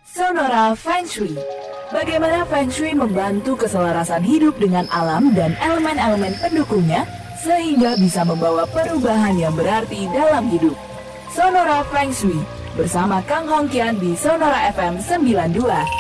Sonora Feng Shui. Bagaimana Feng Shui membantu keselarasan hidup dengan alam dan elemen-elemen pendukungnya sehingga bisa membawa perubahan yang berarti dalam hidup. Sonora Feng Shui bersama Kang Hongkian di Sonora FM 92.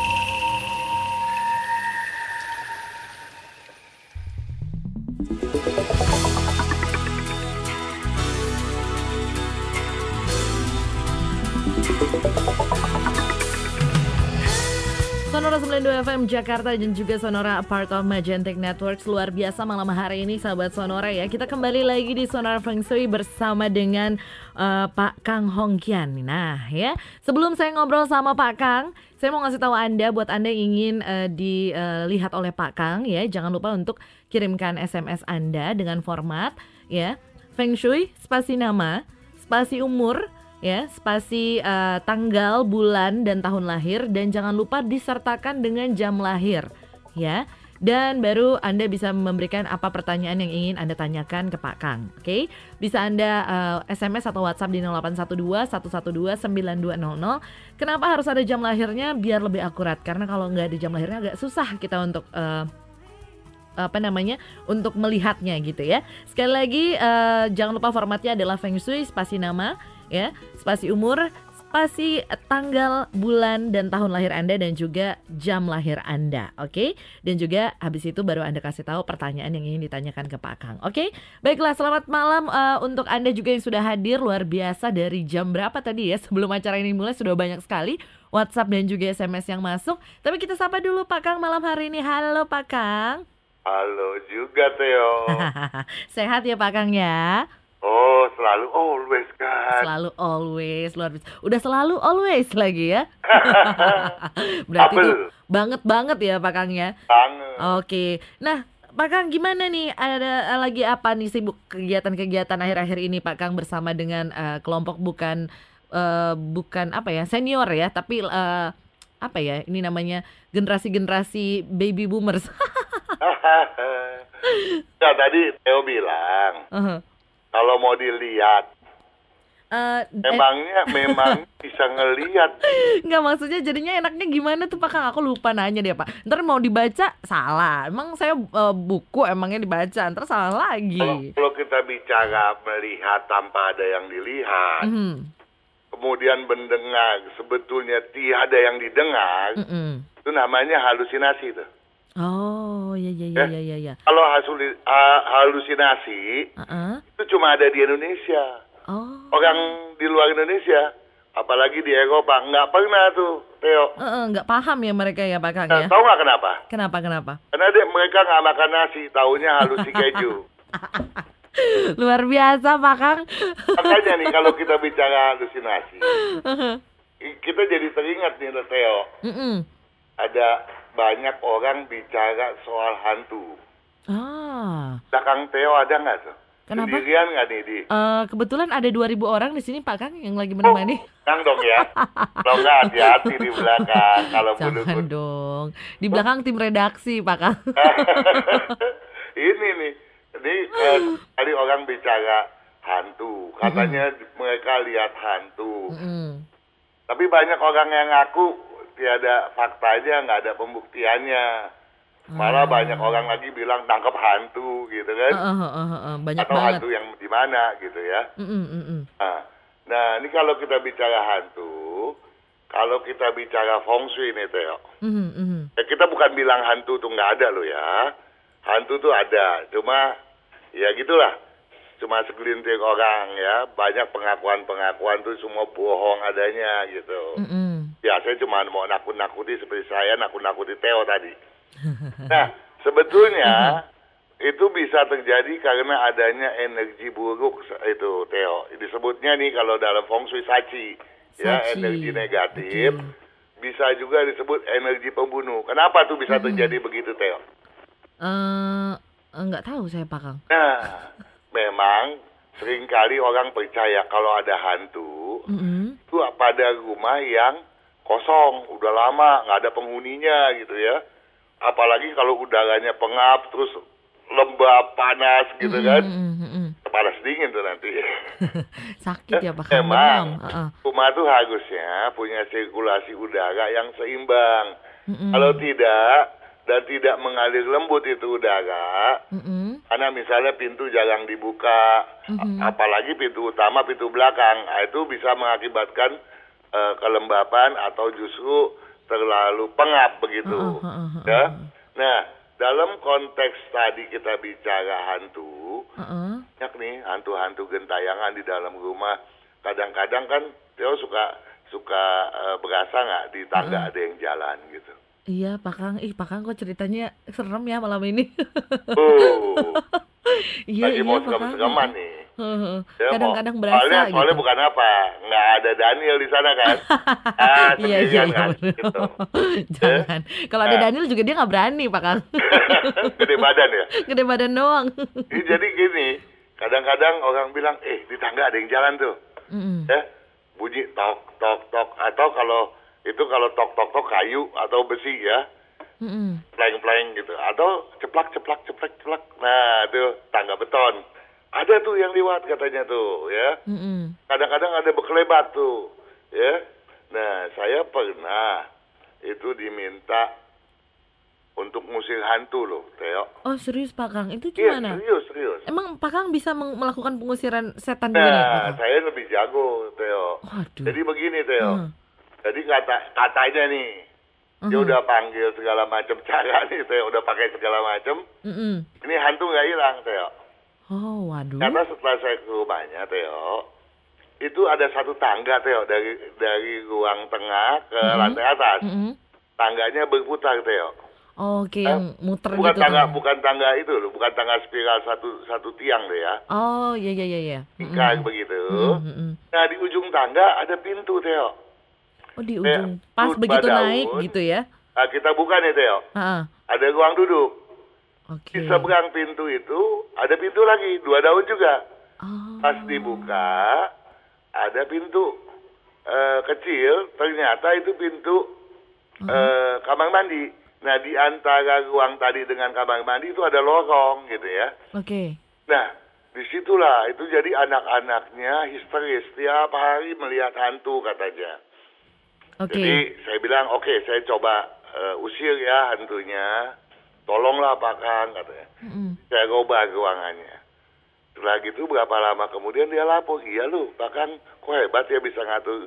Sonora 92 FM Jakarta dan juga Sonora part of Magentic Networks. Luar biasa malam hari ini sahabat Sonora ya. Kita kembali lagi di Sonora Feng Shui bersama dengan Pak Kang Hongkian. Nah ya, sebelum saya ngobrol sama Pak Kang, saya mau ngasih tahu Anda, buat Anda yang ingin dilihat oleh Pak Kang ya, jangan lupa untuk kirimkan SMS Anda dengan format ya Feng Shui, spasi nama, spasi umur, ya, spasi tanggal, bulan, dan tahun lahir, dan jangan lupa disertakan dengan jam lahir, ya. Dan baru Anda bisa memberikan apa pertanyaan yang ingin Anda tanyakan ke Pak Kang, oke? Bisa Anda SMS atau WhatsApp di 0812 112 9200. Kenapa harus ada jam lahirnya? Biar lebih akurat, karena kalau nggak ada jam lahirnya agak susah kita untuk untuk melihatnya gitu ya. Sekali lagi jangan lupa formatnya adalah Feng Shui, spasi nama, ya, spasi umur, spasi tanggal, bulan, dan tahun lahir Anda, dan juga jam lahir Anda, oke? Dan juga habis itu baru Anda kasih tahu pertanyaan yang ingin ditanyakan ke Pak Kang, oke? Baiklah, selamat malam untuk Anda juga yang sudah hadir, luar biasa. Dari jam berapa tadi ya, sebelum acara ini mulai sudah banyak sekali WhatsApp dan juga SMS yang masuk. Tapi kita sapa dulu Pak Kang malam hari ini. Halo Pak Kang. Halo juga Theo. Sehat ya Pak Kang ya? Oh, selalu always kan. Selalu always, luar biasa. Udah selalu always lagi ya. Berarti Apel. tuh banget ya Pak Kang ya. Banget. Oke. Nah, Pak Kang gimana nih? Ada lagi apa nih sibuk kegiatan-kegiatan akhir-akhir ini Pak Kang bersama dengan kelompok bukan apa ya, senior ya, tapi apa ya? Ini namanya generasi-generasi baby boomers. Nah, tadi Theo bilang kalau mau dilihat, memang bisa ngelihat. Nggak, maksudnya jadinya enaknya gimana tuh Pak Kang? Aku lupa nanya deh Pak. Ntar mau dibaca salah. Emang saya buku emangnya dibaca, ntar salah lagi. Kalau kita bicara melihat tanpa ada yang dilihat, kemudian mendengar sebetulnya tiada yang didengar, itu namanya halusinasi tuh. Oh, iya. Kalau halusinasi itu cuma ada di Indonesia. Orang di luar Indonesia, apalagi di Eropa, nggak pernah tuh, Theo. Nggak paham ya mereka ya Pak Kang ya. Tahu nggak kenapa? Kenapa? Karena mereka nggak makan nasi, taunya halusi keju. Luar biasa Pak Kang. Makanya nih kalau kita bicara halusinasi, kita jadi teringat nih Theo. Ada banyak orang bicara soal hantu. Belakang Theo ada nggak tuh? Kenapa? Sendirian nggak nih di? Kebetulan ada 2.000 orang di sini Pak Kang yang lagi menemani. Jangan dong ya. Kalau nggak hati-hati di belakang. Kalau jangan dong. Di belakang tim redaksi Pak Kang. Ini nih. Jadi kali orang bicara hantu. Katanya mereka lihat hantu. Tapi banyak orang yang ngaku tiada faktanya, nggak ada pembuktiannya. Malah banyak orang lagi bilang tangkap hantu gitu kan. Banyak atau banget. hantu yang di mana gitu ya. Nah, ini kalau kita bicara hantu, kalau kita bicara feng shui nih Theo. Ya, kita bukan bilang hantu tuh nggak ada loh ya. Hantu tuh ada, cuma ya gitulah. Cuma segelintir orang ya. Banyak pengakuan-pengakuan tuh semua bohong adanya gitu. Ya, saya cuma mau nakut-nakuti seperti saya nakut-nakuti Theo tadi. Nah, sebetulnya itu bisa terjadi karena adanya energi buruk itu Theo. Disebutnya nih kalau dalam feng shui sachi, ya, energi negatif. Bisa juga disebut energi pembunuh. Kenapa tuh bisa terjadi begitu Theo? Enggak tahu saya Pak Kang. Nah, memang seringkali orang percaya kalau ada hantu itu pada rumah yang kosong, udah lama nggak ada penghuninya gitu ya. Apalagi kalau udaranya pengap terus lembab panas gitu kan. panas dingin tuh nanti. Sakit ya Pak Kang. Memang rumah tuh harusnya punya sirkulasi udara yang seimbang. Kalau tidak dan tidak mengalir lembut itu udara, karena misalnya pintu jarang dibuka, apalagi pintu utama, pintu belakang, itu bisa mengakibatkan kelembapan atau justru terlalu pengap begitu. Ya. Nah, dalam konteks tadi kita bicara hantu, banyak nih hantu-hantu gentayangan di dalam rumah. Kadang-kadang kan Theo suka berasa nggak di tangga ada yang jalan gitu. Iya Pak Kang, Pak Kang kok ceritanya serem ya malam ini. Iya, lagi mau serem-sereman nih. Kadang-kadang berasa soalnya gitu. bukan apa, nggak ada Daniel di sana kan. Iya, kan gitu. Jangan. Kalau ada Daniel juga dia nggak berani Pak Kang. Gede badan ya. Gede badan doang. Jadi gini, kadang-kadang orang bilang, di tangga ada yang jalan tuh. Bunyi tok tok tok, atau kalau tok tok tok kayu atau besi ya. Pleng-pleng gitu, atau ceplak. Nah, itu tangga beton. Ada tuh yang lewat katanya tuh, ya. Kadang-kadang ada bekelebat tuh, ya. Nah, saya pernah itu diminta untuk ngusir hantu loh, Theo. Oh, serius Pak Kang? Itu gimana? Iya, serius. Emang Pak Kang bisa melakukan pengusiran setan juga nih, Pak Kang? Saya lebih jago, Theo. Waduh. Jadi begini, Theo. Jadi katanya nih, dia udah panggil segala macam cara nih, Theo. Udah pakai segala macam. Ini hantu nggak hilang, Theo. Oh, waduh. Karena setelah saya ke rumahnya, Theo, itu ada satu tangga, Theo, dari ruang tengah ke lantai atas. Tangganya berputar, Theo. Oke, yang muter bukan gitu. Bukan tangga itu loh, bukan tangga spiral satu tiang deh ya. Oh, iya. Tingkat begitu. Nah, di ujung tangga ada pintu, Theo. Oh, di ujung. Pas begitu naik gitu ya. Nah, kita buka nih, Theo. Ada ruang duduk. Di seberang pintu itu ada pintu lagi, 2 daun juga. Pas dibuka ada pintu kecil, ternyata itu pintu kamar mandi. Nah, di antara ruang tadi dengan kamar mandi itu ada lorong gitu ya. Nah, disitulah itu jadi anak-anaknya histeris, tiap hari melihat hantu katanya. Jadi saya bilang saya coba usir ya hantunya. Tolonglah Pak Kang katanya. Saya ubah ruangannya. Setelah gitu berapa lama kemudian dia lapor, iya lu Pak Kang kok hebat ya bisa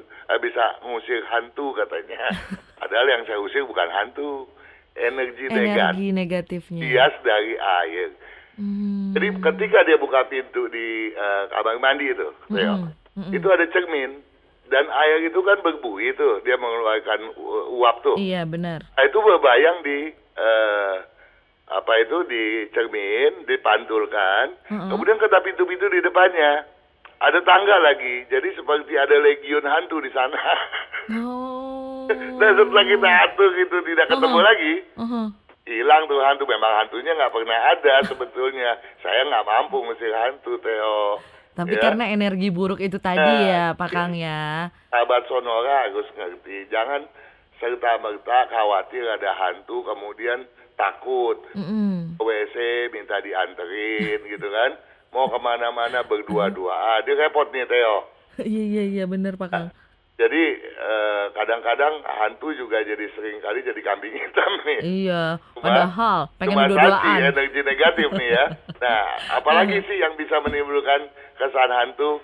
ngusir hantu katanya. Padahal yang saya usir bukan hantu, energi negatifnya. Bias dari air. Jadi ketika dia buka pintu di kamar mandi itu, itu ada cermin. Dan air itu kan berbuih itu, dia mengeluarkan uap tuh. Iya benar. Nah, itu berbayang di di cermin, dipantulkan. Kemudian kena pintu-pintu di depannya. Ada tangga lagi. Jadi seperti ada legion hantu di sana. Nah, setelah kita atur itu tidak ketemu lagi. Hilang tuh hantu. Memang hantunya nggak pernah ada sebetulnya. Saya nggak mampu ngusir hantu, Theo. Tapi karena energi buruk itu tadi ya, Pak Kang ya. Sahabat Sonora harus ngerti. Jangan serta-merta khawatir ada hantu kemudian takut. WC minta dianterin gitu kan. Mau kemana-mana berdua-dua. Dia repot nih, Theo. Iya benar Pak Kang. Jadi kadang-kadang hantu juga jadi sering kali jadi kambing hitam nih. Iya, padahal pengen dua-duaan. Energi negatif nih ya. Nah, apalagi sih yang bisa menimbulkan kesan hantu?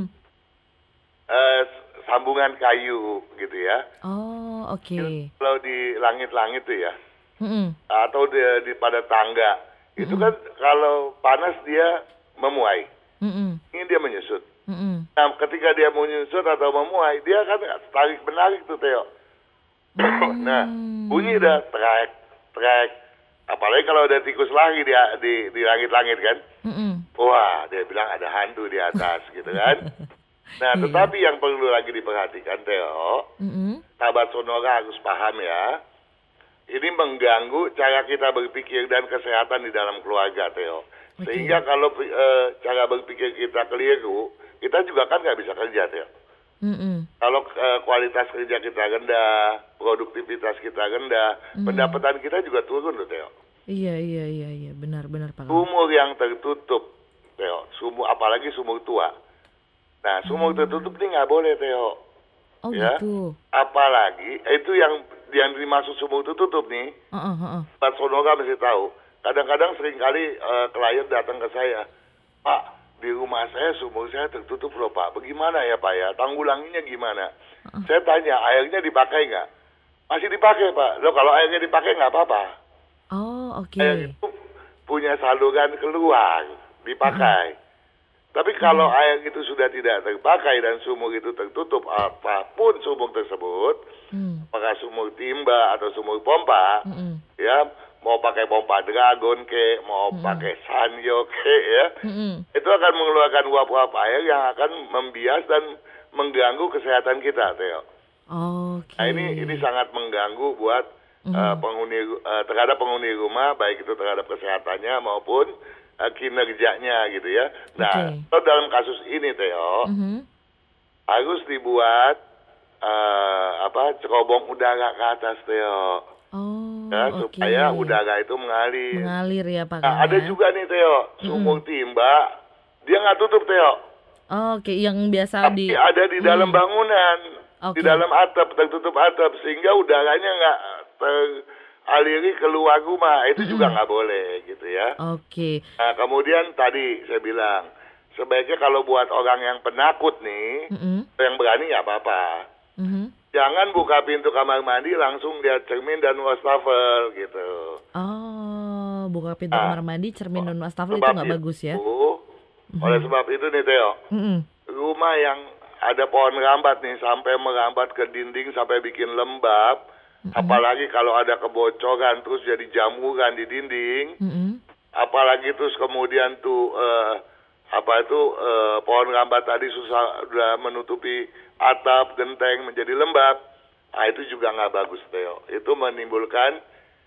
Sambungan kayu gitu ya. Oh, oke. Kalau di langit-langit tuh ya. Atau pada tangga. Itu kan kalau panas dia memuai. Ini dia menyusut. Nah, ketika dia menyusut atau memuai, dia kan tarik-menarik tuh, Theo. Nah, bunyi dah, trek. Apalagi kalau ada tikus lagi di langit-langit kan. Wah, dia bilang ada hantu di atas gitu kan. Nah, tetapi yang perlu lagi diperhatikan, Theo, sahabat Sonora harus paham ya. Ini mengganggu cara kita berpikir dan kesehatan di dalam keluarga, Theo. Sehingga kalau cara berpikir kita keliru, kita juga kan nggak bisa kerja, Theo. Kalau kualitas kerja kita rendah, produktivitas kita rendah, pendapatan kita juga turun loh, Theo. Iya, benar Pak. Sumur yang tertutup Teo. Sumur, apalagi sumur tua. Nah, sumur tertutup ini nggak boleh, Teo. Oh Ya. gitu. Apalagi itu yang dimaksud sumur tertutup nih. Pak Sonora mesti tahu. Kadang-kadang seringkali klien datang ke saya, Pak, di rumah saya sumur saya tertutup loh Pak. Bagaimana ya Pak ya? Tanggulanginya gimana? Saya tanya, airnya dipakai nggak? Masih dipakai Pak. Loh kalau airnya dipakai nggak apa-apa. Oh oke. Air itu punya saluran keluar, dipakai. Tapi kalau air itu sudah tidak terpakai dan sumur itu tertutup, apapun sumur tersebut, apakah sumur timba atau sumur pompa, ya mau pakai pompa dragon mau pakai sanyo ya, itu akan mengeluarkan uap-uap air yang akan membias dan mengganggu kesehatan kita, Teo. Okay. Nah ini sangat mengganggu buat terhadap penghuni rumah, baik itu terhadap kesehatannya maupun kinerjanya gitu ya. Nah, dalam kasus ini Teo, harus dibuat cerobong udara ke atas Teo. Supaya udara itu mengalir. Mengalir ya Pak. Nah, ada juga nih Teo, sumur timba, dia nggak tutup Teo. Oke, yang biasa tapi ada di dalam bangunan, di dalam atap, tertutup atap, sehingga udaranya nggak aliri keluar rumah, itu juga nggak boleh gitu ya. Oke. Nah kemudian tadi saya bilang sebaiknya kalau buat orang yang penakut nih, yang berani nggak apa-apa. Jangan buka pintu kamar mandi langsung lihat cermin dan wastafel gitu. Oh, buka pintu kamar mandi, cermin dan wastafel itu nggak bagus ya? Oleh sebab itu nih Teo, rumah yang ada pohon rambat nih sampai merambat ke dinding sampai bikin lembab. Apalagi kalau ada kebocoran terus jadi jamuran di dinding, apalagi terus kemudian tuh pohon rambat tadi sudah menutupi atap genteng menjadi lembab, nah itu juga nggak bagus Teo. Itu menimbulkan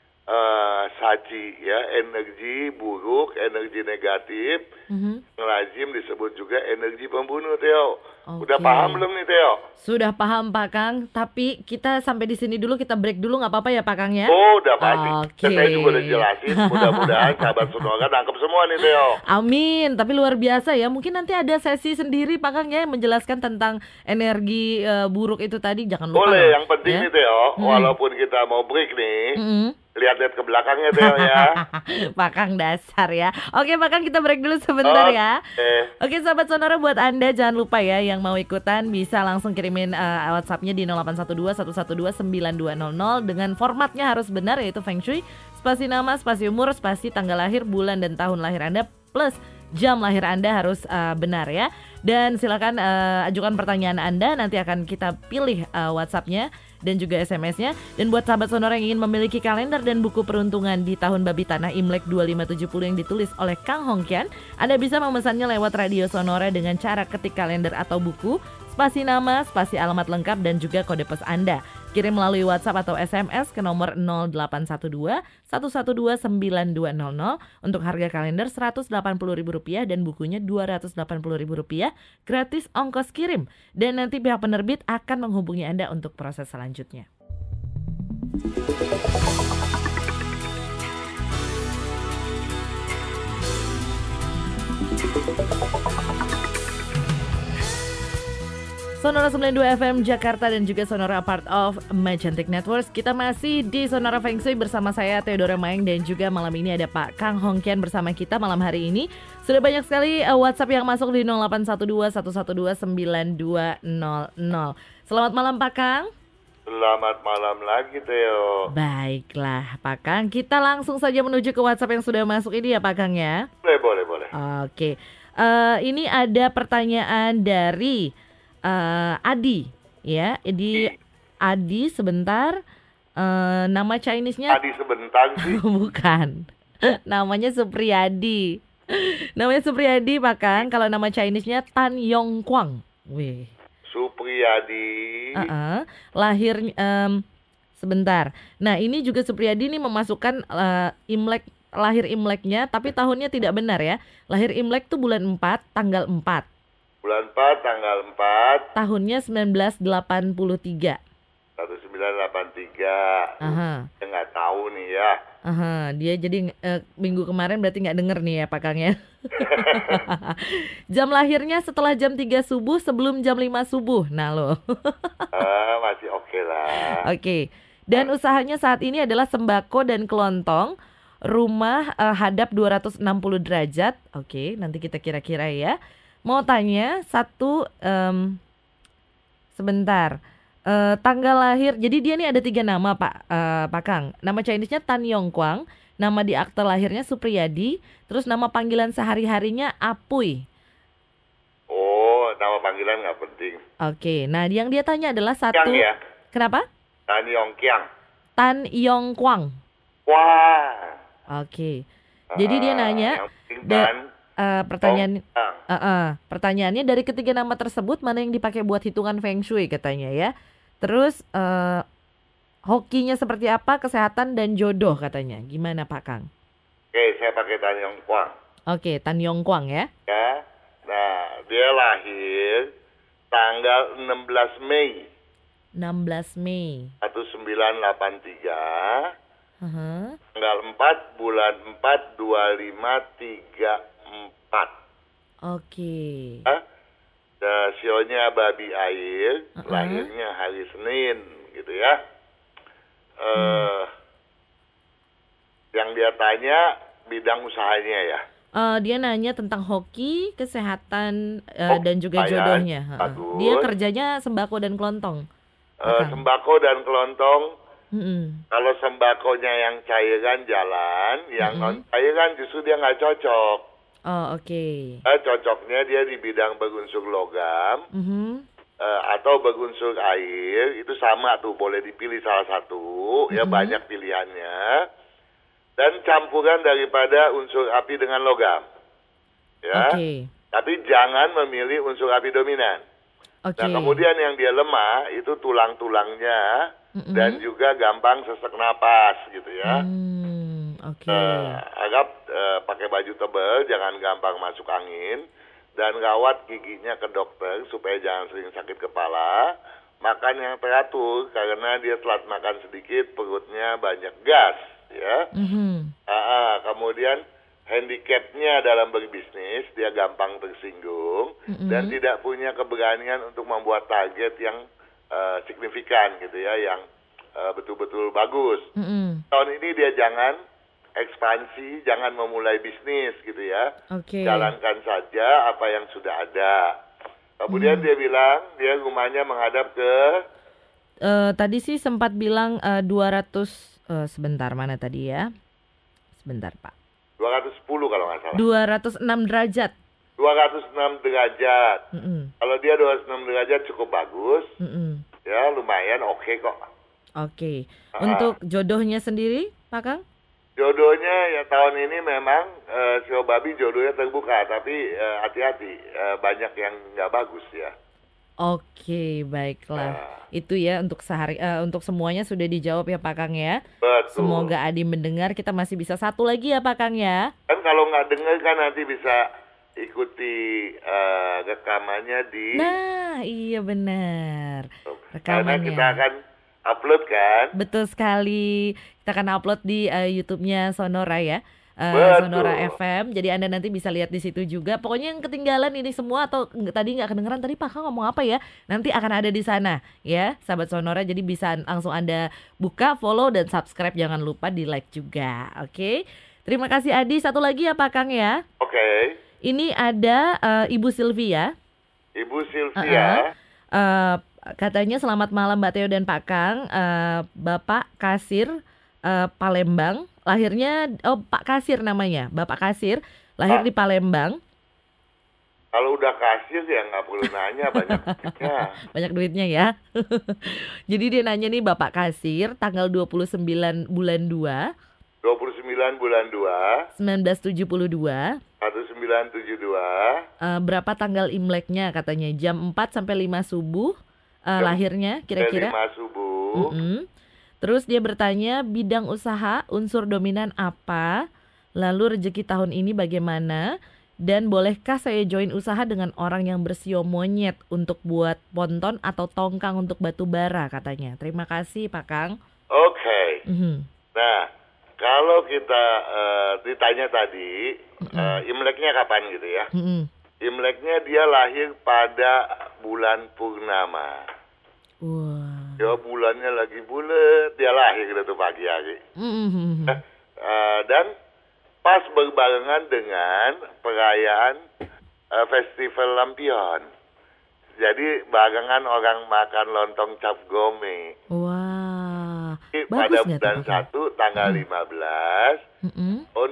saji ya, energi buruk, energi negatif, lazim disebut juga energi pembunuh Teo. Udah paham belum nih Teo? Sudah paham Pak Kang, tapi kita sampai di sini dulu, kita break dulu nggak apa-apa ya Pak Kang ya? Oh udah pasti. Saya juga udah jelasin, mudah-mudahan sahabat Sonora nangkep semua nih Teo. Amin, tapi luar biasa ya. Mungkin nanti ada sesi sendiri Pak Kang ya yang menjelaskan tentang energi buruk itu tadi, jangan lupa. Boleh, yang penting nih Teo, walaupun kita mau break nih, lihat-lihat ke belakangnya Teo ya. Pak Kang dasar ya. Oke Pak Kang, kita break dulu sebentar ya. Oke sahabat Sonora, buat Anda jangan lupa ya yang mau ikutan bisa langsung kirimin WhatsApp-nya di 0812-112-9200 dengan formatnya harus benar, yaitu Feng Shui, spasi nama, spasi umur, spasi tanggal lahir, bulan dan tahun lahir Anda plus jam lahir Anda harus benar ya. Dan silakan ajukan pertanyaan Anda, nanti akan kita pilih WhatsApp-nya dan juga SMS-nya. Dan buat sahabat Sonora yang ingin memiliki kalender dan buku peruntungan di tahun babi tanah Imlek 2570 yang ditulis oleh Kang Hongkian, Anda bisa memesannya lewat radio Sonora dengan cara ketik kalender atau buku, spasi nama, spasi alamat lengkap dan juga kode pos Anda. Kirim melalui WhatsApp atau SMS ke nomor 0812 112 9200 untuk harga kalender Rp180.000 dan bukunya Rp280.000 gratis ongkos kirim. Dan nanti pihak penerbit akan menghubungi Anda untuk proses selanjutnya. Sonora 92 FM Jakarta dan juga Sonora part of Magentic Networks. Kita masih di Sonora Feng Shui bersama saya Theodora Maeng dan juga malam ini ada Pak Kang Hongkian bersama kita malam hari ini. Sudah banyak sekali WhatsApp yang masuk di 0812-112-9200. Selamat malam Pak Kang. Selamat malam lagi Theo. Baiklah Pak Kang, kita langsung saja menuju ke WhatsApp yang sudah masuk ini ya Pak Kang ya. Boleh. Oke, ini ada pertanyaan dari Adi ya, Adi sebentar, nama Chinese-nya Adi sebentar sih. Bukan, namanya Supriyadi. Namanya Supriyadi Pak Kang, kalau nama Chinese-nya Tan Yong Kwang. Wih. Supriyadi. Lahir sebentar. Nah ini juga Supriyadi nih memasukkan Imlek, lahir Imleknya, tapi tahunnya tidak benar ya. Lahir Imlek tuh bulan 4, tanggal 4. Bulan 4, tanggal 4. Tahunnya 1983. 1983. Yang nggak tahu nih ya. Aha, dia jadi minggu kemarin berarti nggak denger nih ya Pak Kang ya. Jam lahirnya setelah jam 3 subuh sebelum jam 5 subuh. Nah loh. Masih oke lah. Oke. Dan usahanya saat ini adalah sembako dan kelontong. Rumah hadap 260 derajat. Oke, nanti kita kira-kira ya. Mau tanya sebentar. Tanggal lahir, jadi dia nih ada 3 nama Pak Kang. Nama Chinese-nya Tan Yong Kwang, nama di akte lahirnya Supriyadi, terus nama panggilan sehari-harinya Apuy. Oh, nama panggilan nggak penting. Oke, nah yang dia tanya adalah Kiang ya? Kenapa? Tan Yong Kiang. Tan Yong Kwang. Wah. Oke, jadi dia nanya, pertanyaannya dari ketiga nama tersebut mana yang dipakai buat hitungan Feng Shui katanya ya. Terus hokinya seperti apa, kesehatan dan jodoh katanya. Gimana Pak Kang? Oke, saya pakai Tan Yong Kwang. Oke, Tan Yong Kwang ya. Ya. Nah, dia lahir tanggal 16 Mei. 16 Mei. 1983. Tanggal 4 bulan 4 2534. Oke. Sionya babi air, lahirnya hari Senin, gitu ya. Yang dia tanya bidang usahanya ya. Dia nanya tentang hoki, kesehatan dan juga jodohnya. Dia kerjanya sembako dan kelontong. Sembako dan kelontong. Kalau sembakonya yang cairan jalan, yang non cairan justru dia nggak cocok. Oh, oke. Cocoknya dia di bidang berunsur logam atau berunsur air, itu sama tuh, boleh dipilih salah satu, ya banyak pilihannya. Dan campuran daripada unsur api dengan logam, ya. Tapi jangan memilih unsur api dominan. Nah kemudian yang dia lemah itu tulang-tulangnya dan juga gampang sesak napas, gitu ya. Agak pakai baju tebal, jangan gampang masuk angin, dan rawat giginya ke dokter supaya jangan sering sakit kepala. Makan yang teratur karena dia telat makan sedikit, perutnya banyak gas, ya. Kemudian handicapnya dalam berbisnis, dia gampang tersinggung dan tidak punya keberanian untuk membuat target yang signifikan, gitu ya, yang betul-betul bagus. Tahun ini dia jangan ekspansi, jangan memulai bisnis, gitu ya. Jalankan saja apa yang sudah ada. Kemudian dia bilang dia rumahnya menghadap ke tadi sih sempat bilang 200 sebentar, mana tadi ya? Sebentar Pak. 210 kalau nggak salah. 206 derajat. 206 derajat. Kalau dia 206 derajat cukup bagus. Ya lumayan oke kok. Oke. Untuk jodohnya sendiri Pak Kang? Jodohnya ya tahun ini memang Sio Babi jodohnya terbuka, tapi hati-hati, banyak yang nggak bagus ya. Oke, baiklah. Itu ya untuk untuk semuanya sudah dijawab ya Pak Kang ya. Betul. Semoga Adi mendengar, kita masih bisa satu lagi ya Pak Kang ya. Kan kalau nggak dengar kan nanti bisa ikuti rekamannya di. Nah, iya benar. Karena kita akan upload kan. Betul sekali. Kita akan upload di YouTube-nya Sonora ya. Sonora FM. Jadi Anda nanti bisa lihat di situ juga. Pokoknya yang ketinggalan ini semua atau tadi nggak kedengeran tadi Pak Kang ngomong apa ya, nanti akan ada di sana ya, sahabat Sonora. Jadi bisa langsung Anda buka, follow dan subscribe. Jangan lupa di like juga. Oke. Terima kasih Adi. Satu lagi ya Pak Kang ya. Oke. Ini ada Ibu Sylvia. Ibu Sylvia. Katanya selamat malam Mbak Theo dan Pak Kang. Bapak Kasir Palembang. Lahirnya, Pak Kasir namanya, Bapak Kasir, lahir di Palembang. Kalau udah kasir ya nggak perlu nanya, banyak duitnya. Banyak duitnya ya. Jadi dia nanya nih Bapak Kasir, tanggal 29 bulan 2. 29 bulan 2. 1972. 1972. Berapa tanggal Imleknya katanya, jam 4 sampai 5 subuh lahirnya kira-kira. 5 subuh. Terus dia bertanya bidang usaha, unsur dominan apa, lalu rezeki tahun ini bagaimana, dan bolehkah saya join usaha dengan orang yang bersio monyet untuk buat ponton atau tongkang untuk batu bara katanya. Terima kasih Pak Kang. Oke. Nah, kalau kita ditanya tadi, Imleknya kapan gitu ya? Imleknya dia lahir pada bulan purnama. Wah. Ya bulannya lagi bulat, dia lahir gitu pagi hari. Dan pas berbarengan dengan perayaan festival lampion. Jadi barengan orang makan lontong cap gome. Wah. Pada Bagus bulan 1 tanggal 15 tahun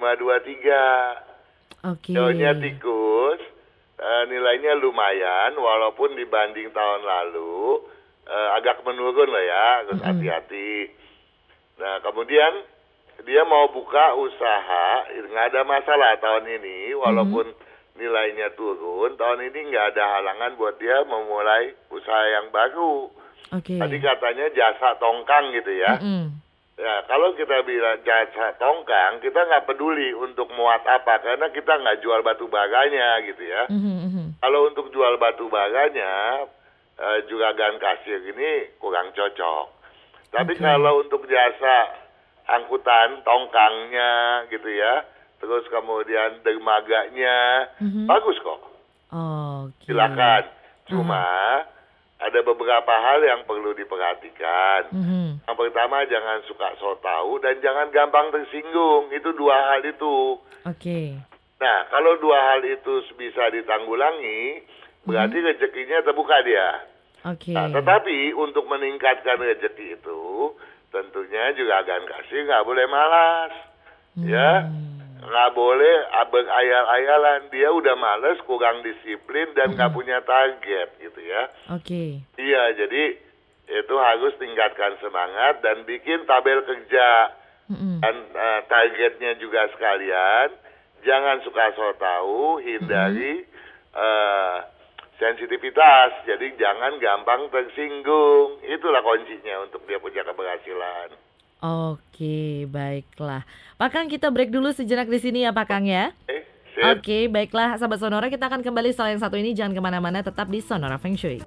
2523. Oke. Daunnya tikus, nilainya lumayan walaupun dibanding tahun lalu agak menurun lah ya, harus hati-hati. Nah kemudian dia mau buka usaha, nggak ada masalah tahun ini walaupun nilainya turun, tahun ini nggak ada halangan buat dia memulai usaha yang baru. Tadi katanya jasa tongkang gitu ya. Ya kalau kita bilang jasa tongkang, kita nggak peduli untuk muat apa karena kita nggak jual batu baganya gitu ya. Kalau untuk jual batu baganya, juragan kasir ini kurang cocok. Tapi kalau untuk jasa angkutan tongkangnya gitu ya, terus kemudian dermaganya, bagus kok. Silakan. Cuma ada beberapa hal yang perlu diperhatikan. Yang pertama, jangan suka so tahu dan jangan gampang tersinggung. Itu dua hal itu. Nah, kalau dua hal itu bisa ditanggulangi, berarti rezekinya terbuka dia. Nah, tetapi untuk meningkatkan rezeki itu, tentunya juga agan kasih nggak boleh malas. Ya, nggak boleh berayal-ayalan. Dia udah males, kurang disiplin, dan nggak punya target gitu ya. Iya, jadi itu harus tingkatkan semangat dan bikin tabel kerja. Dan targetnya juga sekalian, jangan suka so tahu, hindari sensitivitas. Jadi jangan gampang tersinggung. Itulah kuncinya untuk dia punya keberhasilan. Oke, baiklah. Pak Kang, kita break dulu sejenak di sini ya Pak Kang ya. Oke, baiklah sahabat Sonora, kita akan kembali setelah yang satu ini. Jangan kemana-mana, tetap di Sonora Feng Shui.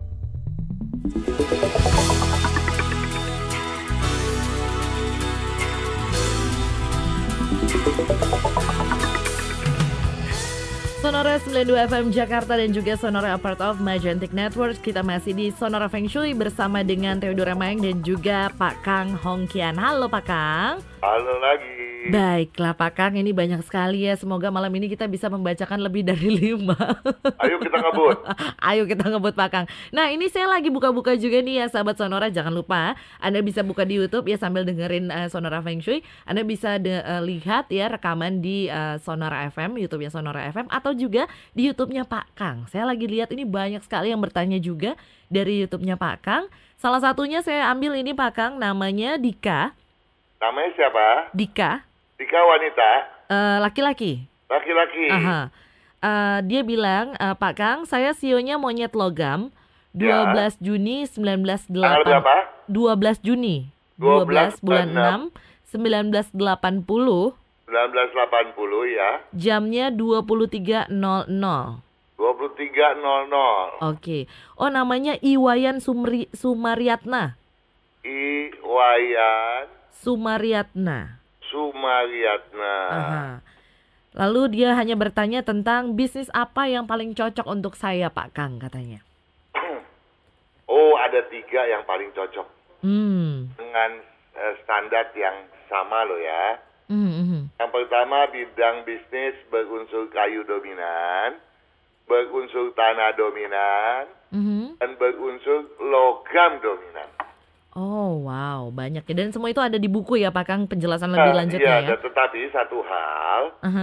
Sonora 92 FM Jakarta dan juga Sonora Part of Magentic Networks. Kita masih di Sonora Feng Shui bersama dengan Theodora Maeng dan juga Pak Kang Hongkian. Halo Pak Kang. Halo lagi. Baiklah Pak Kang, ini banyak sekali ya. Semoga malam ini kita bisa membacakan lebih dari 5. Ayo kita ngebut. Ayo kita ngebut Pak Kang. Nah ini saya lagi buka-buka juga nih ya sahabat Sonora. Jangan lupa Anda bisa buka di YouTube ya sambil dengerin Sonora Feng Shui. Anda bisa lihat ya rekaman di Sonora FM, YouTube-nya Sonora FM, atau juga di YouTube-nya Pak Kang. Saya lagi lihat ini banyak sekali yang bertanya juga dari YouTube-nya Pak Kang. Salah satunya saya ambil ini Pak Kang, namanya Dika. Namanya siapa? Dika. Dika wanita? Laki-laki. Laki-laki. Dia bilang, Pak Kang, saya sionya monyet logam 12 Juni 1980. Tanggal berapa? 12 Juni. 12 bulan 6 1980. 1980 ya. Jamnya 23.00. 23.00. Oke. Oh, namanya Iwayan Sumariatna. Iwayan Sumariatna. Lalu dia hanya bertanya tentang bisnis apa yang paling cocok untuk saya Pak Kang katanya. Oh, ada 3 yang paling cocok. Dengan standar yang sama loh ya. Yang pertama, bidang bisnis berunsur kayu dominan, berunsur tanah dominan, dan berunsur logam dominan. Oh wow, banyak ya. Dan semua itu ada di buku ya Pak Kang, penjelasan lebih lanjutnya ya. Iya, tetapi satu hal,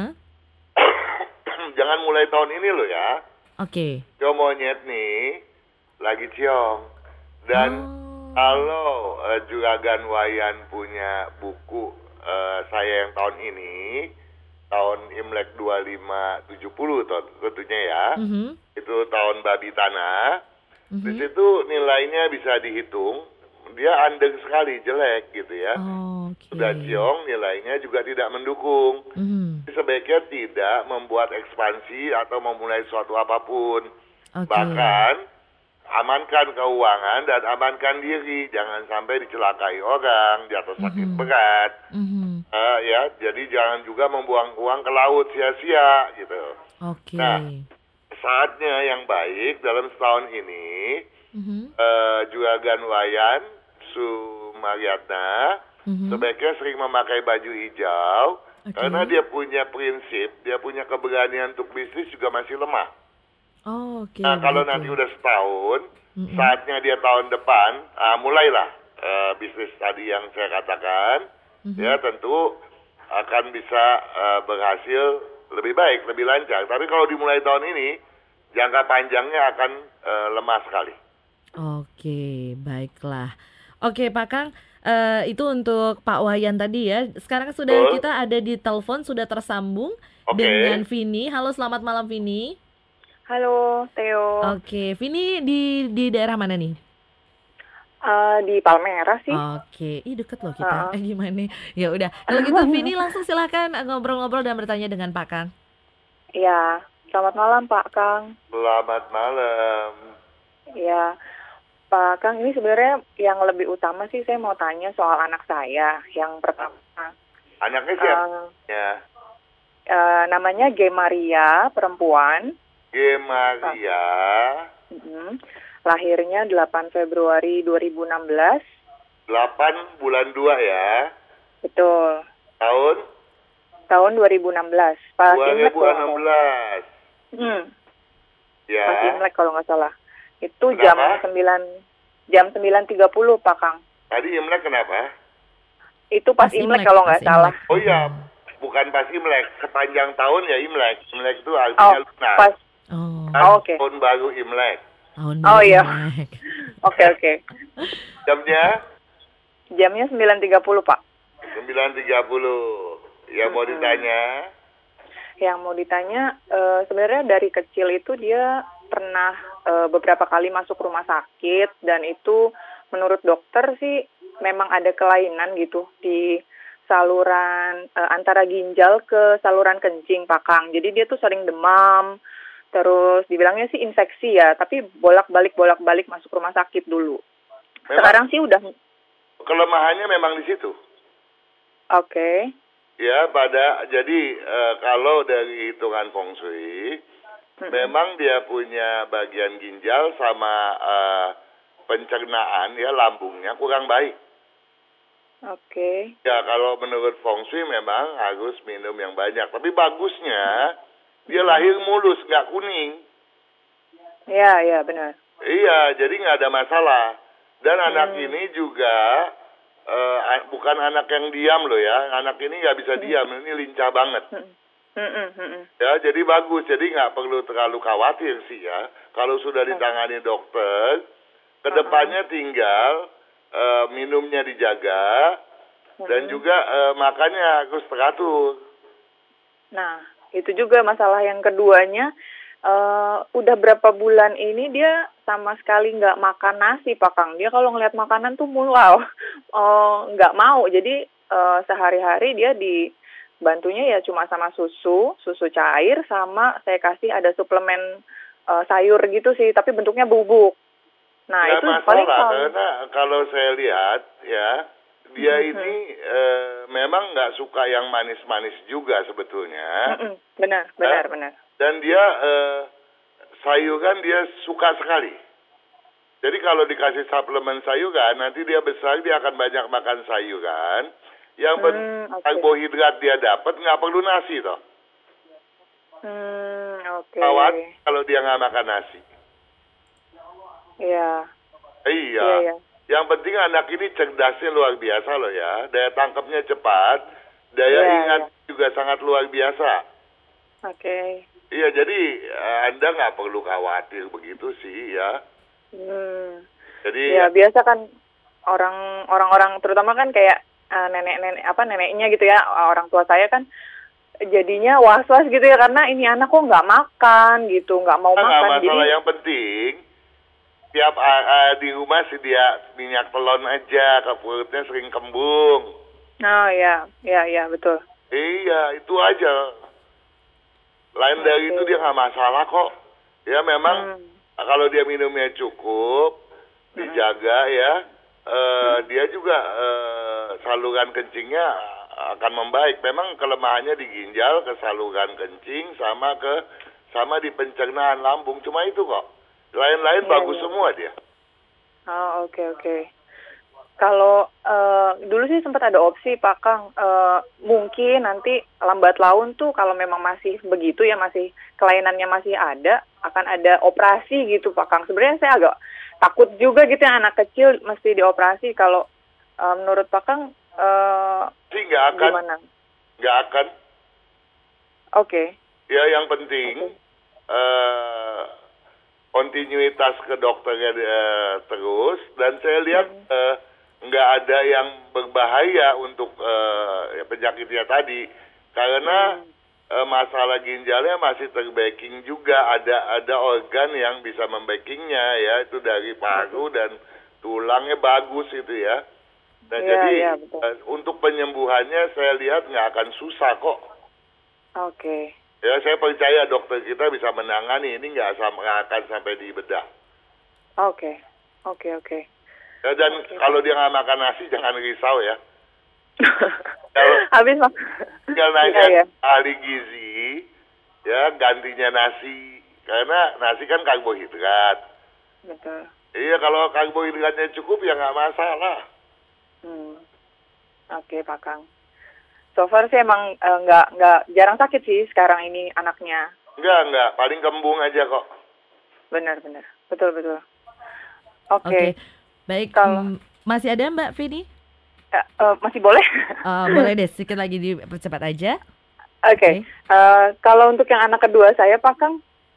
jangan mulai tahun ini loh ya. Ciong monyet nih lagi ciong. Dan kalau Juragan Wayan punya buku saya yang tahun ini, tahun Imlek 2570 tentunya ya, itu tahun babi tanah. Di situ nilainya bisa dihitung. Dia andeng sekali, jelek gitu ya. Sudah ciong, nilainya juga tidak mendukung. Sebaiknya tidak membuat ekspansi atau memulai suatu apapun. Bahkan amankan keuangan dan amankan diri, jangan sampai dicelakai orang, jatuh sakit berat. Ya, jadi jangan juga membuang uang ke laut sia-sia gitu. Oke. Nah, saatnya yang baik dalam setahun ini, Juragan Wayan Sumaryatna sebaiknya sering memakai baju hijau, karena dia punya prinsip, dia punya keberanian untuk bisnis juga masih lemah. Nah, kalau nanti udah setahun, saatnya dia tahun depan, mulailah bisnis tadi yang saya katakan, ya tentu akan bisa berhasil lebih baik, lebih lancar. Tapi kalau dimulai tahun ini, jangka panjangnya akan lemah sekali. Oke, baiklah. Oke, Pak Kang, itu untuk Pak Wayan tadi ya. Sekarang sudah kita ada di telepon, sudah tersambung dengan Vini. Halo, selamat malam Vini. Halo, Theo. Oke, Vini di daerah mana nih? Di Palmerah sih. Oke, deket loh kita. Gimana? Ya udah. Kalau gitu Vini langsung silakan ngobrol-ngobrol dan bertanya dengan Pak Kang. Iya, selamat malam Pak Kang. Selamat malam. Iya, Pak Kang, ini sebenarnya yang lebih utama sih saya mau tanya soal anak saya. Yang pertama. Anaknya siapa? Namanya G. Maria, perempuan. G. Maria. Lahirnya 8 Februari 2016. 8 bulan 2 ya? Betul. Tahun 2016. Pas 2016. Ya. Pas Imlek kalau nggak salah. Itu kenapa? jam 9.30 Pak Kang. Tadi Imlek kenapa? Itu pas Imlek kalau nggak salah. Oh iya, bukan pas Imlek. Sepanjang tahun ya Imlek. Imlek itu artinya lunas. Pas. Oke. Tahun baru Imlek. Iya. Oke. Jamnya 9.30 Pak. 9.30. Yang mau ditanya? Yang mau ditanya, sebenarnya dari kecil itu dia pernah beberapa kali masuk rumah sakit, dan itu menurut dokter sih memang ada kelainan gitu di saluran antara ginjal ke saluran kencing Pak Kang. Jadi dia tuh sering demam, terus dibilangnya sih infeksi ya, tapi bolak-balik masuk rumah sakit dulu. Memang, sekarang sih udah. Kelemahannya memang di situ. Oke. Ya, jadi kalau dari hitungan feng shui, memang dia punya bagian ginjal sama pencernaan ya, lambungnya kurang baik. Oke. Ya, kalau menurut feng shui memang harus minum yang banyak. Tapi bagusnya dia lahir mulus, nggak kuning. Iya, benar. Iya, jadi nggak ada masalah. Dan anak ini juga bukan anak yang diam loh ya. Anak ini nggak bisa diam, ini lincah banget. Ya, jadi bagus. Jadi nggak perlu terlalu khawatir sih ya. Kalau sudah ditangani dokter, kedepannya tinggal minumnya dijaga, dan juga makannya harus teratur. Nah, itu juga masalah yang keduanya. Udah berapa bulan ini dia sama sekali nggak makan nasi Pak Kang. Dia kalau ngeliat makanan tuh mulau, nggak mau. Jadi sehari-hari dia dibantunya ya cuma sama susu cair, sama saya kasih ada suplemen sayur gitu sih, tapi bentuknya bubuk. Nah, nggak itu masalah, paling karena kalau saya lihat ya, dia ini memang nggak suka yang manis-manis juga sebetulnya. Benar. Dan dia sayuran dia suka sekali. Jadi kalau dikasih suplemen sayuran, nanti dia besar dia akan banyak makan sayuran. Yang karbohidrat dia dapat, nggak perlu nasi toh. Awat kalau dia nggak makan nasi. Iya. Yang penting anak ini cerdasnya luar biasa loh ya. Daya tangkapnya cepat, daya ingat juga sangat luar biasa. Oke. Iya, jadi Anda nggak perlu khawatir begitu sih ya. Jadi ya biasa kan orang-orang terutama kan kayak neneknya gitu ya, orang tua saya kan jadinya was-was gitu ya, karena ini anak kok nggak makan gitu, nggak mau makan. Nggak masalah, jadi yang penting tiap di rumah dia minyak telon aja, ke perutnya sering kembung. Oh iya betul. Iya, itu aja. Lain dari itu dia nggak masalah kok. Ya memang kalau dia minumnya cukup, dijaga ya, dia juga saluran kencingnya akan membaik. Memang kelemahannya di ginjal, ke saluran kencing, sama di pencernaan lambung. Cuma itu kok. Lain-lain bagus semua dia. Oh, oke. Kalau dulu sih sempat ada opsi Pak Kang, mungkin nanti lambat laun tuh kalau memang masih begitu ya, masih kelainannya masih ada, akan ada operasi gitu Pak Kang. Sebenarnya saya agak takut juga gitu ya, anak kecil mesti dioperasi. Kalau menurut Pak Kang sih nggak akan. gimana? Nggak akan. Oke. Ya yang penting kontinuitas ke dokternya terus, dan saya lihat nggak ada yang berbahaya untuk penyakitnya tadi, karena masalah ginjalnya masih terbacking juga, ada organ yang bisa membackingnya ya, itu dari paru dan tulangnya bagus itu ya. Nah jadi untuk penyembuhannya saya lihat nggak akan susah kok. Oke. Ya, saya percaya dokter kita bisa menangani, ini nggak akan sampai di bedah. Oke. Ya, dan kalau dia nggak makan nasi, jangan risau ya. Habis Pak. Tinggal nanya ahli gizi, ya gantinya nasi, karena nasi kan karbohidrat. Betul. Iya, kalau karbohidratnya cukup ya nggak masalah. Oke, Pak Kang. So far sih emang nggak jarang sakit sih sekarang ini anaknya. Enggak, paling kembung aja kok. Benar, betul. Oke. Baik, kalau masih ada Mbak Vini? Masih boleh? Boleh deh, sedikit lagi dipercepat aja. Oke. Kalau untuk yang anak kedua saya Pak Kang,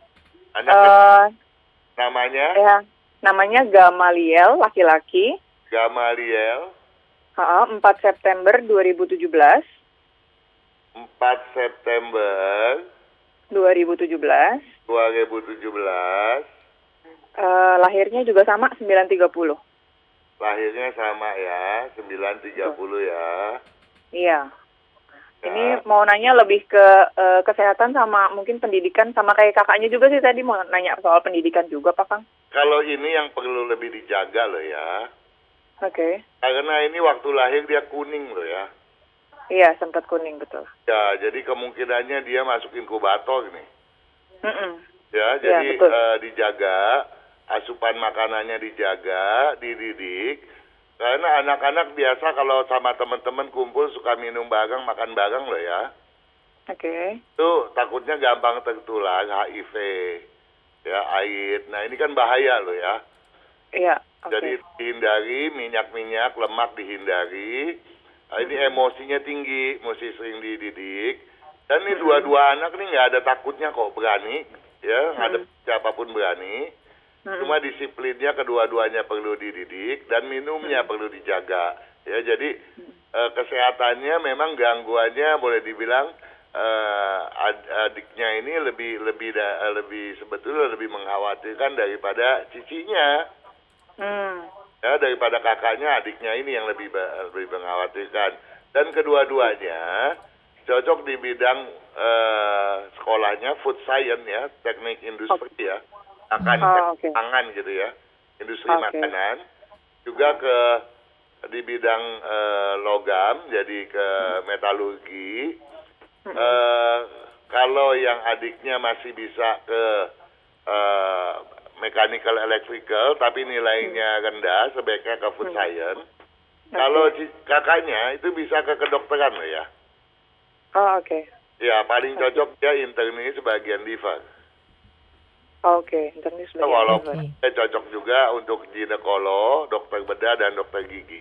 namanya? Ya, namanya Gamaliel, laki-laki. Gamaliel. 4 September 2017. 4 September 2017. Lahirnya juga sama 9.30. Lahirnya sama ya, 9.30 ya. Iya. Ini mau nanya lebih ke kesehatan sama mungkin pendidikan, sama kayak kakaknya juga sih tadi mau nanya soal pendidikan juga Pak Kang. Kalau ini yang perlu lebih dijaga loh ya. Oke. Karena ini waktu lahir dia kuning loh ya. Iya, sempat kuning, betul. Ya, jadi kemungkinannya dia masuk inkubator nih. Ya, jadi dijaga, asupan makanannya dijaga, dididik. Karena anak-anak biasa kalau sama teman-teman kumpul suka minum bareng, makan bareng loh ya. Oke. Itu takutnya gampang tertular HIV, ya AIDS. Nah ini kan bahaya loh ya. Iya. Jadi dihindari, minyak-minyak, lemak dihindari. Ini emosinya tinggi, mesti sering dididik. Dan ini dua-dua anak nih nggak ada takutnya kok, berani. Ya, nggak ada siapapun berani. Cuma disiplinnya kedua-duanya perlu dididik dan minumnya perlu dijaga. Ya, jadi kesehatannya memang gangguannya boleh dibilang adiknya ini lebih sebetulnya lebih mengkhawatirkan daripada cicinya. Ya, daripada kakaknya, adiknya ini yang lebih mengkhawatirkan. Dan kedua-duanya cocok di bidang sekolahnya food science ya, teknik industri ya, pangan gitu ya, industri makanan. Juga di bidang logam, jadi ke metalurgi. Kalau yang adiknya masih bisa ke mechanical electrical tapi nilainya rendah, sebaiknya ke food science. Kalau kakaknya itu bisa ke kedokteran loh ya. Oke. Ya, paling cocok dia internis bagian liver. Internis bagian liver. Walaupun cocok juga untuk ginekolog, dokter bedah dan dokter gigi.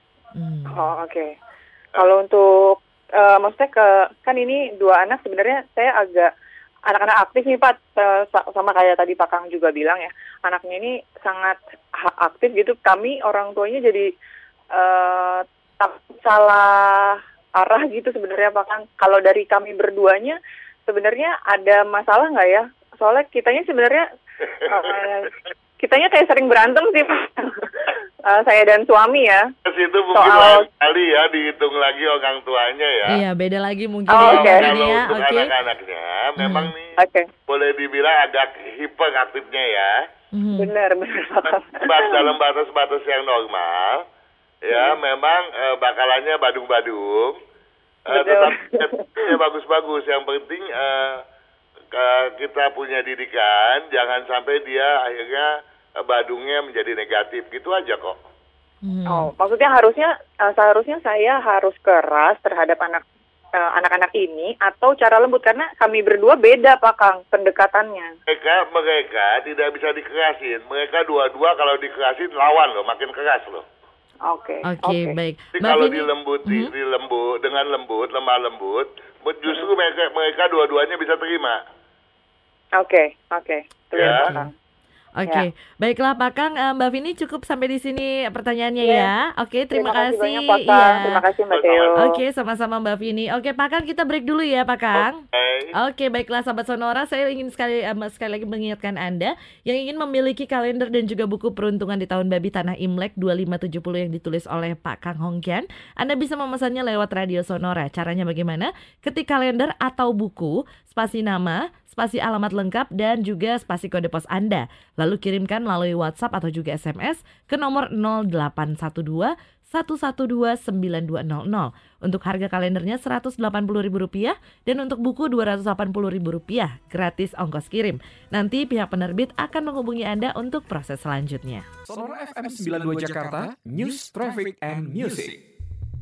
Kalau untuk maksudnya kan ini dua anak sebenarnya saya agak anak-anak aktif nih Pak, sama kayak tadi Pak Kang juga bilang ya, anaknya ini sangat aktif gitu. Kami orang tuanya jadi takut salah arah gitu sebenarnya Pak Kang. Kalau dari kami berduanya sebenarnya ada masalah nggak ya? Soalnya kitanya sebenarnya kitanya kayak sering berantem sih Pak. saya dan suami ya. Itu mungkin lain kali ya, dihitung lagi orang tuanya ya. Iya, beda lagi mungkin Kalau ya. untuk anak-anaknya, memang nih boleh dibilang agak hiperaktifnya ya. Benar. Dalam batas-batas yang normal, ya memang bakalannya badung-badung. Tetapi bagus-bagus. Yang penting kita punya didikan, jangan sampai dia akhirnya badungnya menjadi negatif, gitu aja kok. Oh, maksudnya seharusnya saya harus keras terhadap anak-anak ini atau cara lembut, karena kami berdua beda Pak Kang pendekatannya. Mereka tidak bisa dikerasin. Mereka dua-dua kalau dikerasin lawan loh, makin keras loh. Oke, baik. Jadi kalau dengan lemah lembut, justru mereka dua-duanya bisa terima. Oke. Oke, baiklah Pak Kang, Mbak Vini cukup sampai di sini pertanyaannya ya. Oke, terima kasih. Banyak, Pak Kang. Terima kasih Mbak Theo. Oke, sama-sama Mbak Vini. Oke, Pak Kang, kita break dulu ya Pak Kang. Oke, baiklah sahabat Sonora, saya ingin sekali lagi mengingatkan Anda yang ingin memiliki kalender dan juga buku peruntungan di tahun babi Tanah Imlek 2570 yang ditulis oleh Pak Kang Hongkian. Anda bisa memesannya lewat Radio Sonora. Caranya bagaimana? Ketik kalender atau buku, spasi nama, spasi alamat lengkap, dan juga spasi kode pos Anda. Lalu kirimkan melalui WhatsApp atau juga SMS ke nomor 0812 112 9200. Untuk harga kalendernya Rp180.000 dan untuk buku Rp280.000 gratis ongkos kirim. Nanti pihak penerbit akan menghubungi Anda untuk proses selanjutnya. Sonora FM 92 Jakarta, News, Traffic, and Music.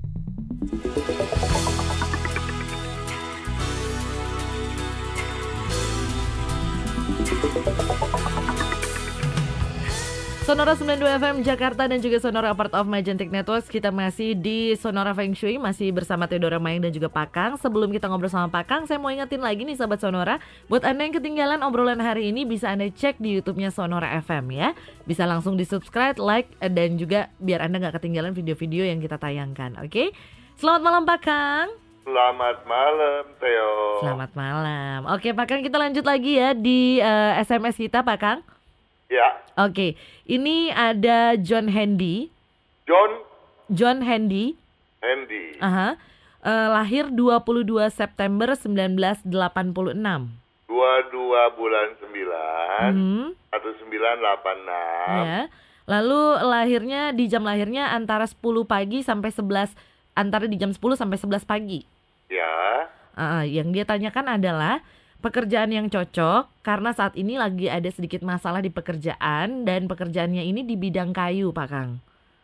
Sonora 92 FM Jakarta dan juga Sonora Part of Magentic Networks. Kita masih di Sonora Feng Shui, masih bersama Theodora Mayang dan juga Pak Kang. Sebelum kita ngobrol sama Pak Kang, saya mau ingetin lagi nih sahabat Sonora, buat Anda yang ketinggalan obrolan hari ini, bisa Anda cek di YouTube-nya Sonora FM ya. Bisa langsung di subscribe, like, dan juga biar Anda gak ketinggalan video-video yang kita tayangkan. Oke? Selamat malam Pak Kang. Selamat malam Theo. Selamat malam. Oke Pak Kang, kita lanjut lagi ya di SMS kita Pak Kang. Ya. Oke, ini ada John Handy. John Handy. Lahir 22 September 1986. 22 bulan 9, 1986. Ya. Lalu di jam lahirnya antara 10 pagi sampai 11, antara di jam 10 sampai 11 pagi. Ya. Yang dia tanyakan adalah pekerjaan yang cocok karena saat ini lagi ada sedikit masalah di pekerjaan dan pekerjaannya ini di bidang kayu, Pak Kang.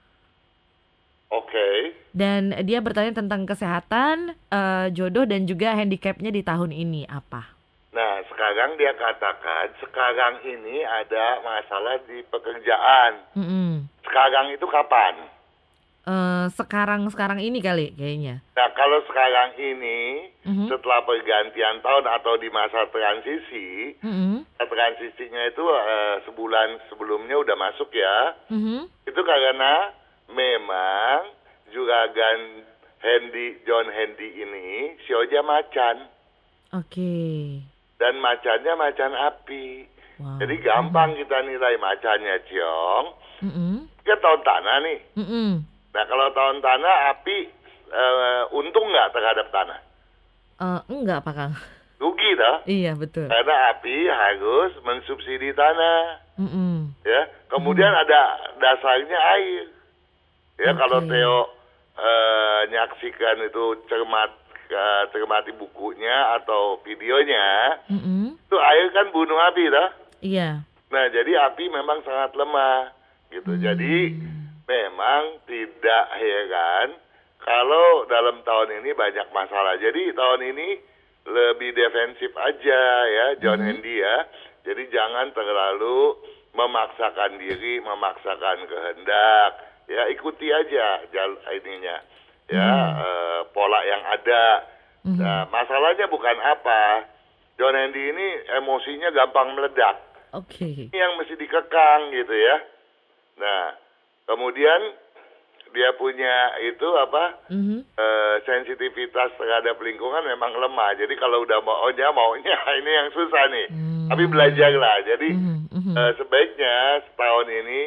Oke. Dan dia bertanya tentang kesehatan, jodoh dan juga handicapnya di tahun ini apa? Nah, sekarang dia katakan sekarang ini ada masalah di pekerjaan. Sekarang itu kapan? Sekarang ini kali kayaknya. Nah, kalau sekarang ini setelah pergantian tahun atau di masa transisi, transisinya itu sebulan sebelumnya udah masuk ya. Itu karena memang juragan John Handy ini sioja macan. Oke. Dan macannya macan api. Wow. Jadi gampang kita nilai macannya Ciong. Dia tahun tanah nih. Nah, kalau tahun tanah, api untung nggak terhadap tanah? Enggak, Pak Kang. Rugi dah. Iya, betul. Karena api harus mensubsidi tanah. Ya, kemudian ada dasarnya air. Ya, kalau Theo nyaksikan itu cermati bukunya atau videonya, itu air kan bunuh api dah. Iya. Nah, jadi api memang sangat lemah, gitu. Jadi memang tidak heran kalau dalam tahun ini banyak masalah. Jadi tahun ini lebih defensif aja ya John Handy ya. Jadi jangan terlalu memaksakan diri, memaksakan kehendak. Ya ikuti aja ininya ya pola yang ada. Nah, masalahnya bukan apa. John Handy ini emosinya gampang meledak. Oke. Ini yang mesti dikekang gitu ya. Nah, kemudian dia punya itu sensitivitas terhadap lingkungan memang lemah. Jadi kalau udah maunya ini yang susah nih. Tapi belajarlah. Jadi sebaiknya setahun ini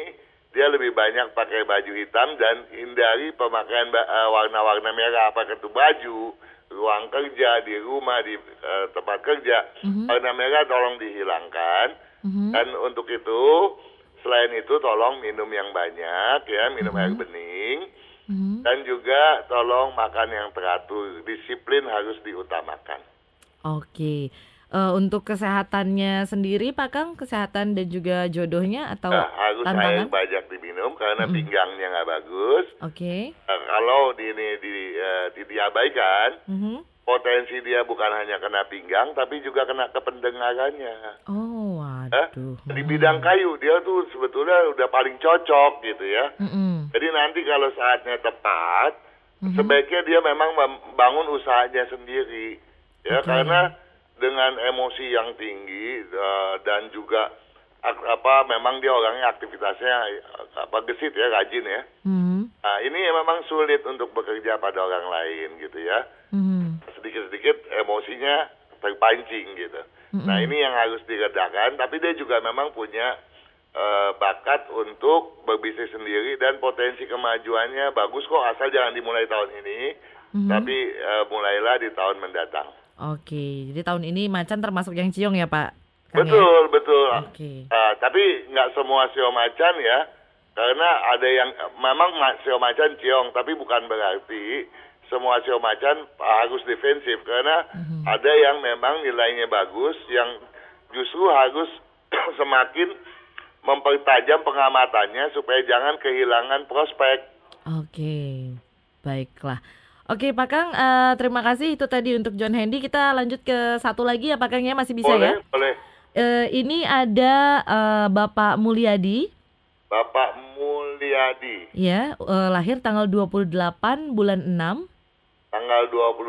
dia lebih banyak pakai baju hitam dan hindari pemakaian warna-warna merah, apakah itu baju, ruang kerja, di rumah, di tempat kerja. Warna merah tolong dihilangkan. Dan untuk itu, selain itu tolong minum yang banyak ya, minum air bening. Dan juga tolong makan yang teratur, disiplin harus diutamakan. Oke. Untuk kesehatannya sendiri Pak Kang, kesehatan dan juga jodohnya atau harus tantangan? air banyak diminum karena pinggangnya nggak bagus. Oke. Kalau diabaikan, potensi dia bukan hanya kena pinggang, tapi juga kena ke pendengarannya. Oh, waduh. Di bidang kayu, dia tuh sebetulnya udah paling cocok gitu ya. Jadi nanti kalau saatnya tepat, sebaiknya dia memang membangun usahanya sendiri. Ya, karena dengan emosi yang tinggi dan juga memang dia orangnya aktivitasnya gesit ya, rajin ya. Nah, ini memang sulit untuk bekerja pada orang lain gitu ya. Sedikit-sedikit emosinya terpancing gitu. Nah, ini yang harus diredakan, tapi dia juga memang punya bakat untuk berbisnis sendiri dan potensi kemajuannya bagus kok, asal jangan dimulai tahun ini, tapi mulailah di tahun mendatang. Oke, jadi tahun ini macan termasuk yang ciong ya Pak? Betul, betul. Oke. Tapi nggak semua sio macan ya, karena ada yang memang sio macan ciong, tapi bukan berarti semua sio macan harus defensif, karena ada yang memang nilainya bagus, yang justru harus semakin mempertajam pengamatannya supaya jangan kehilangan prospek. Oke, baiklah. Oke Pak Kang, terima kasih itu tadi untuk John Hendy. Kita lanjut ke satu lagi ya Pak Kang ya, masih bisa boleh, ya? Boleh. Ini ada Bapak Mulyadi. Bapak Mulyadi. Ya, lahir tanggal 28 bulan 6. Tanggal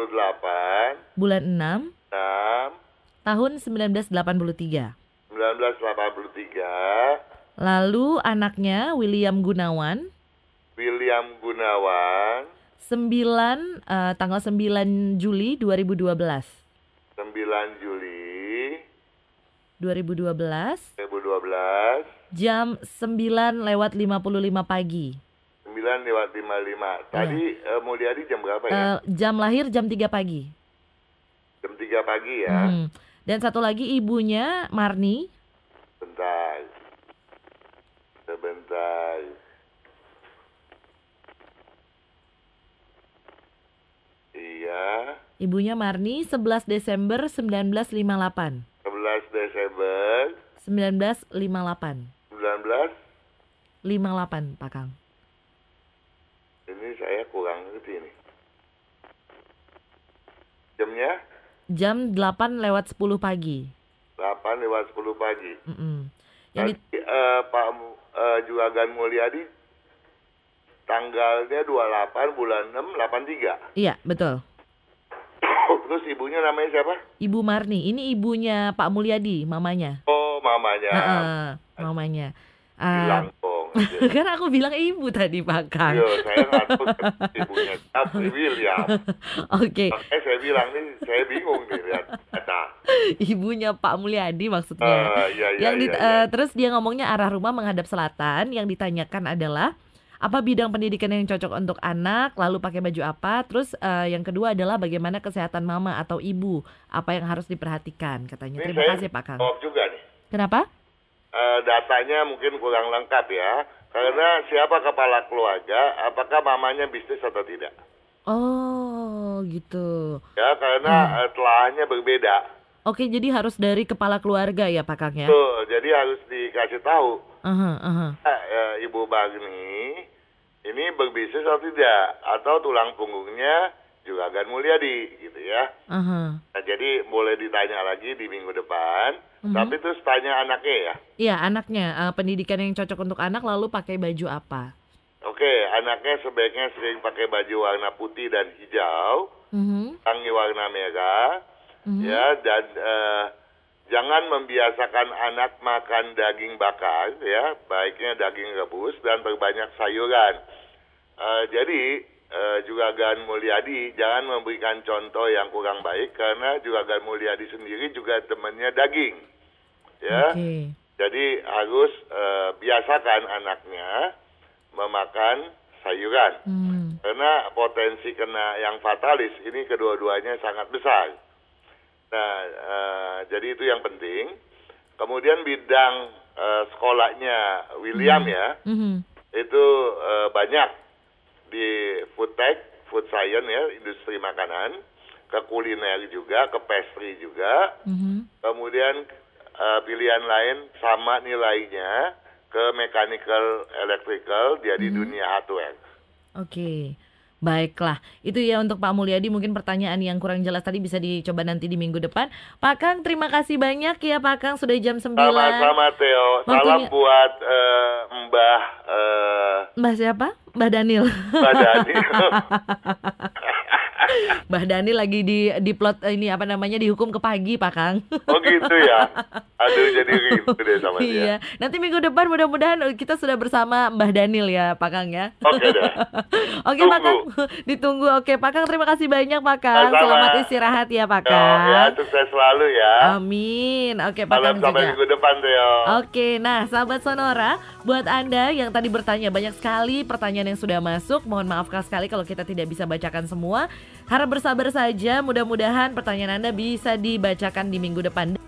28. Bulan 6. 6. Tahun 1983. 1983. Lalu anaknya William Gunawan. William Gunawan. Tanggal 9 Juli 2012. 9 Juli 2012. 2012. Jam 9:55 pagi. 9:55. Tadi Mulyadi jam berapa ya? Jam lahir jam 3 pagi. Jam 3 pagi ya. Dan satu lagi ibunya Marni. Sebentar. Iya. Ibunya Marni 11 Desember 1958. 11 Desember 1958. 1958 Pak Kang. Ini saya kurang ngerti nih. Jamnya? Jam 8:10 pagi. 8:10 pagi. Yang Pak Juragan Mulyadi tanggalnya 28 bulan 6 83. Iya, betul. Terus ibunya namanya siapa? Ibu Marni. Ini ibunya Pak Mulyadi, mamanya. Oh, mamanya. Mamanya. Bilang dong. Kan aku bilang ibu tadi Pak Kang. Iya, saya ngatur ibunya William. Oke. Saya bilang nih, saya bingung nih lihat data. Ibunya Pak Mulyadi maksudnya. Terus dia ngomongnya arah rumah menghadap selatan. Yang ditanyakan adalah apa bidang pendidikan yang cocok untuk anak, lalu pakai baju apa. Terus yang kedua adalah bagaimana kesehatan mama atau ibu, apa yang harus diperhatikan katanya. Terima kasih Pak Kang. Jawab juga nih. Kenapa? Datanya mungkin kurang lengkap ya, karena siapa kepala keluarga, apakah mamanya bisnis atau tidak? Oh gitu. Ya, karena telahannya berbeda. Oke, jadi harus dari kepala keluarga ya Pak Kang ya? Tuh, jadi harus dikasih tahu. Ibu Bagni ini berbisnis atau tidak, atau tulang punggungnya Juragan Mulyadi gitu ya. Nah, jadi boleh ditanya lagi di minggu depan. Tapi terus tanya anaknya ya. Iya, anaknya pendidikan yang cocok untuk anak, lalu pakai baju apa? Oke, anaknya sebaiknya sering pakai baju warna putih dan hijau, tangi warna merah, ya, dan jangan membiasakan anak makan daging bakar, ya, baiknya daging rebus dan berbanyak sayuran. Jadi Juragan Mulyadi jangan memberikan contoh yang kurang baik, karena Juragan Mulyadi sendiri juga temannya daging, ya. Jadi harus biasakan anaknya memakan sayuran. Karena potensi kena yang fatalis ini kedua-duanya sangat besar. Nah, jadi itu yang penting. Kemudian bidang sekolahnya William ya, itu banyak di food tech, food science ya, industri makanan, ke kuliner juga, ke pastry juga. Kemudian pilihan lain sama nilainya ke mechanical, electrical, jadi dunia hardware. Oke. Baiklah, itu ya untuk Pak Mulyadi. Mungkin pertanyaan yang kurang jelas tadi bisa dicoba nanti di minggu depan. Pak Kang, terima kasih banyak ya Pak Kang, sudah jam 9. Sama-sama Theo. Salam buat Mbah siapa? Mbah Daniel. Mbah Daniel. Mbah Dani lagi di plot ini apa namanya, dihukum ke pagi Pak Kang. Oh gitu ya. Aduh, jadi ribut deh sama dia. Iya. Nanti minggu depan mudah-mudahan kita sudah bersama Mbah Daniel ya Pak Kang ya. Oke deh. Oke Pak Kang, ditunggu. Oke Pak Kang, terima kasih banyak Pak Kang. Selamat istirahat ya Pak Kang. Ya, sukses selalu ya. Amin. Oke Pak Kang juga. Sampai minggu depan Theo. Oke, nah sahabat Sonora, buat Anda yang tadi bertanya, banyak sekali pertanyaan yang sudah masuk. Mohon maafkan sekali kalau kita tidak bisa bacakan semua. Harap bersabar saja, mudah-mudahan pertanyaan Anda bisa dibacakan di minggu depan.